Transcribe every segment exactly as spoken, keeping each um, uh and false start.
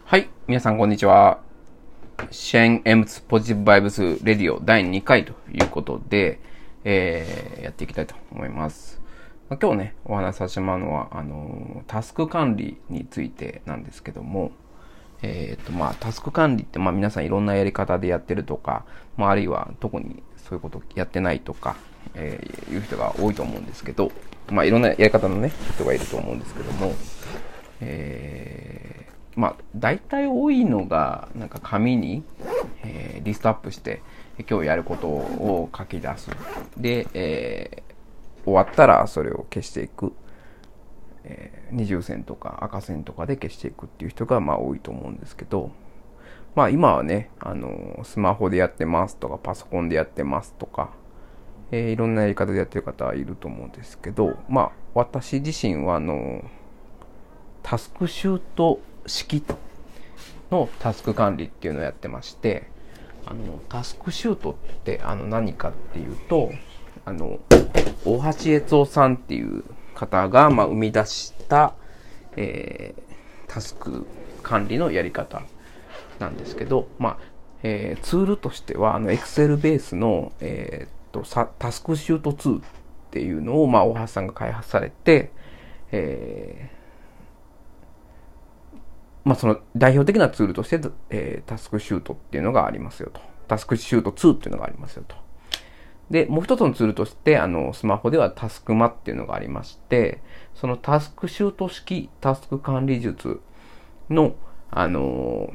はい。皆さん、こんにちは。シェン・エムツ・ポジティブ・バイブス・レディオだいにかいということで、えー、やっていきたいと思います。まあ、今日ね、お話しさせてもらうのは、あの、タスク管理についてなんですけども、えっと、まあ、タスク管理って、まあ、皆さんいろんなやり方でやってるとか、まあ、あるいは特にそういうことやってないとか、えー、いう人が多いと思うんですけど、まあ、いろんなやり方のね、人がいると思うんですけども、えー、まあ、大体多いのが、なんか紙に、えー、リストアップして、今日やることを書き出す。で、えー、終わったらそれを消していく。えー、二重線とか赤線とかで消していくっていう人がまあ多いと思うんですけど、まあ今はね、あの、スマホでやってますとか、パソコンでやってますとか、えー、いろんなやり方でやってる方はいると思うんですけど、まあ私自身はあの、タスクシュート式のタスク管理っていうのをやってまして、あのタスクシュートってあの何かっていうと、あの大橋悦夫さんっていう方がまあ生み出した、えー、タスク管理のやり方なんですけど、まあえー、ツールとしてはあの Excel ベースの、えー、とタスクシュートツーっていうのを、まあ、大橋さんが開発されて、えーまあ、その代表的なツールとして、えー、タスクシュートっていうのがありますよと。タスクシュートツーっていうのがありますよと。で、もう一つのツールとして、あの、スマホではタスクマっていうのがありまして、そのタスクシュート式タスク管理術の、あのー、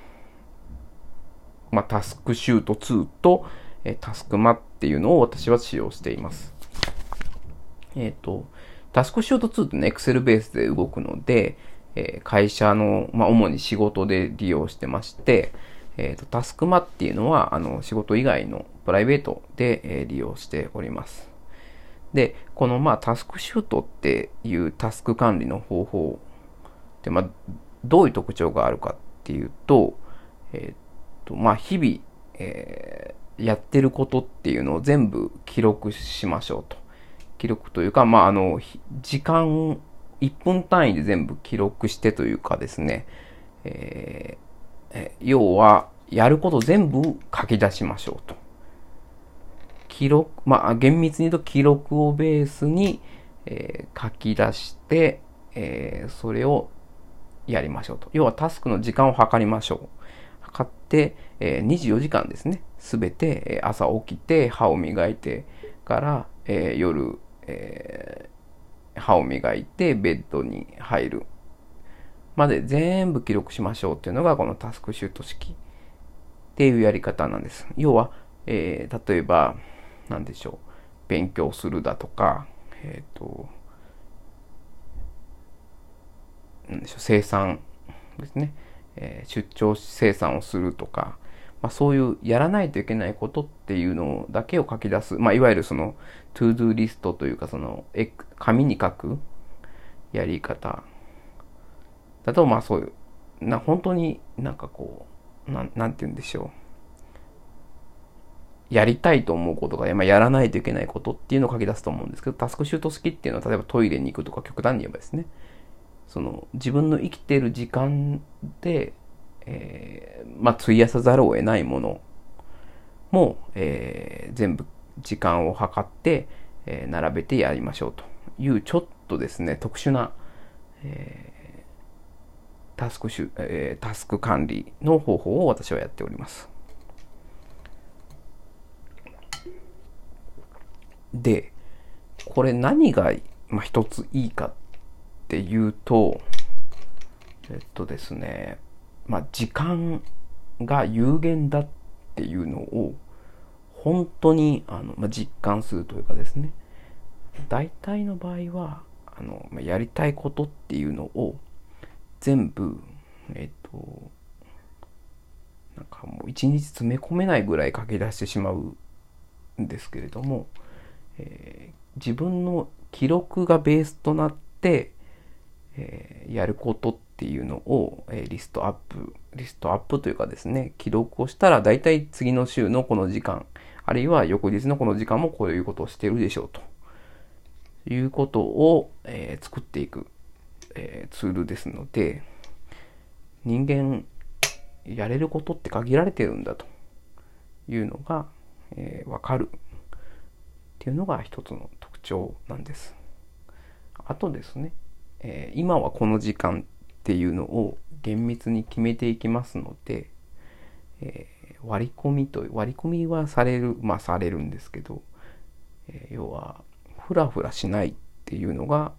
まあ、タスクシュートツーと、えー、タスクマっていうのを私は使用しています。えっと、タスクシュートツーってね、Excel ベースで動くので、えー、会社の、まあ、主に仕事で利用してまして、えっと、タスクマっていうのは、あの、仕事以外のプライベートで、えー、利用しております。で、この、まあ、タスクシュートっていうタスク管理の方法って、まあ、どういう特徴があるかっていうと、えっと、まあ、日々、えー、やってることっていうのを全部記録しましょうと。記録というか、まあ、あの、時間、いっぷん単位で全部記録してというかですね、えー、要は、やること全部書き出しましょうと。記録、まあ、厳密に言うと記録をベースに、えー、書き出して、えー、それをやりましょうと。要はタスクの時間を測りましょう。測って、えー、にじゅうよじかんですね。すべて、朝起きて、歯を磨いてから、えー、夜、えー、歯を磨いてベッドに入るまで全部記録しましょうっていうのがこのタスクシュート式っていうやり方なんです。要は、えー、例えば何でしょう、勉強するだとか、えっ、ー、と何でしょう、生産ですね、えー、出張生産をするとか、まあ、そういうやらないといけないことっていうのだけを書き出す、まあ、いわゆるそのトゥードゥーリストというか、その紙に書くやり方だと、まあそういうな、本当になんかこうな ん, なんて言うんでしょう、やりたいと思うことが、まあ、やらないといけないことっていうのを書き出すと思うんですけど、タスクシュート式っていうのは、例えばトイレに行くとか、極端に言えばですね、その自分の生きている時間で、えー、まあ費やさざるを得ないものも、えー、全部時間を計って、えー、並べてやりましょうというちょっとですね特殊な、えー、タスクシュ、えー、タスク管理の方法を私はやっております。で、これ何が、まあ、一ついいかっていうと、えっとですね、まあ、時間が有限だっていうのを本当にあの、まあ、実感するというかですね、大体の場合はあの、まあ、やりたいことっていうのを全部えっとなんかもう一日詰め込めないぐらい書き出してしまうんですけれども、えー、自分の記録がベースとなって、えー、やることっていうのを、えー、リストアップリストアップというかですね、記録をしたら大体次の週のこの時間、あるいは翌日のこの時間もこういうことをしているでしょうということを、えー、作っていく、えー、ツールですので、 人間やれることって限られてるんだというのが、えー、分かるっていうのが一つの特徴なんです。あとですね、えー、今はこの時間っていうのを厳密に決めていきますので、えー、割り込みと割り込みはされるまあされるんですけど、えー、要はフラフラしないっていうのが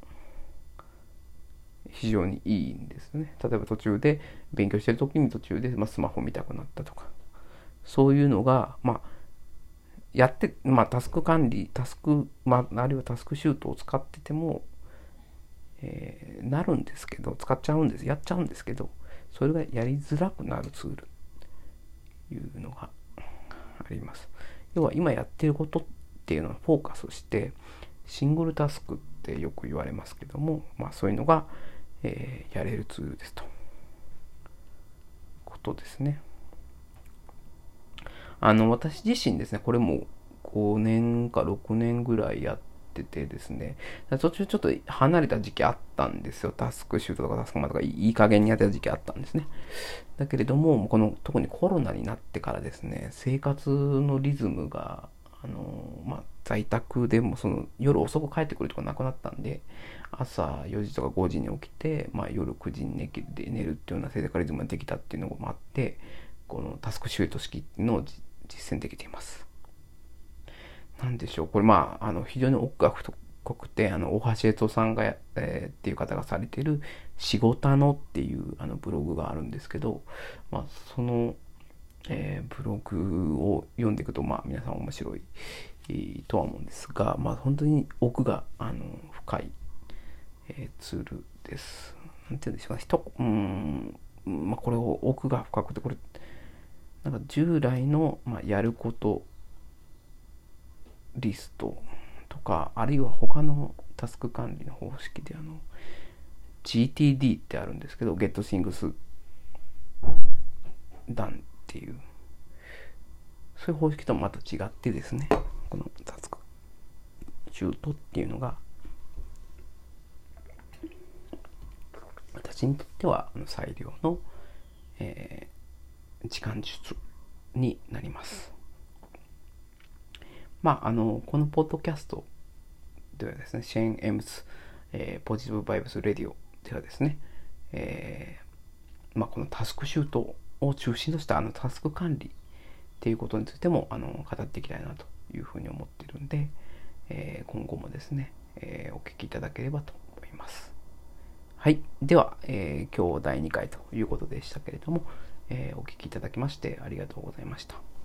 非常にいいんですね。例えば途中で勉強してる時に途中で、まあ、スマホ見たくなったとか、そういうのがまあやって、まあ、タスク管理タスク、まあ、あるいはタスクシュートを使ってても、えー、なるんですけど、使っちゃうんですやっちゃうんですけど、それがやりづらくなるツールというのがあります。要は今やってることっていうのはフォーカスしてシングルタスクってよく言われますけども、まあそういうのが、えー、やれるツールですとことですね。あの私自身ですね、これもごねんかろくねんぐらいやっててですね、途中ちょっと離れた時期あったんですよ。タスクシュートとかタスクマンとかいい加減にやってた時期あったんですね。だけれども、この特にコロナになってからですね、生活のリズムがあのまあ、在宅でもその夜遅く帰ってくるとかなくなったんで、朝よじとかごじに起きて、まあ、夜くじに寝寝るっていうような生活リズムができたっていうのもあって、このタスクシュート式っていうのを実践できています。なんでしょう、これまあ、あの非常に奥が深くて、あの大橋悦夫さんが、えー、っていう方がされている仕事のっていうあのブログがあるんですけど、まあ、そのえー、ブログを読んでいくと、まあ、皆さん面白い、えー、とは思うんですが、まあ、本当に奥があの深い、えー、ツールです。なんて言うんでしょうか、人うん、まあ、これを奥が深くて、これなんか従来の、まあ、やることリストとか、あるいは他のタスク管理の方式であの ジーティーディー ってあるんですけど、Get Things Doneっていう、そういう方式ともまた違ってですね、このタスクシュートっていうのが私にとっては最良の、えー、時間術になります。まああのこのポッドキャストではですね、シェーン・エムス、えー、ポジティブバイブスレディオではですね、えーまあ、このタスクシュートを中心としたあのタスク管理っていうことについてもあの語っていきたいなというふうに思っているんで、えー、今後もですね、えー、お聞きいただければと思います。はい。では、えー、今日だいにかいということでしたけれども、えー、お聞きいただきましてありがとうございました。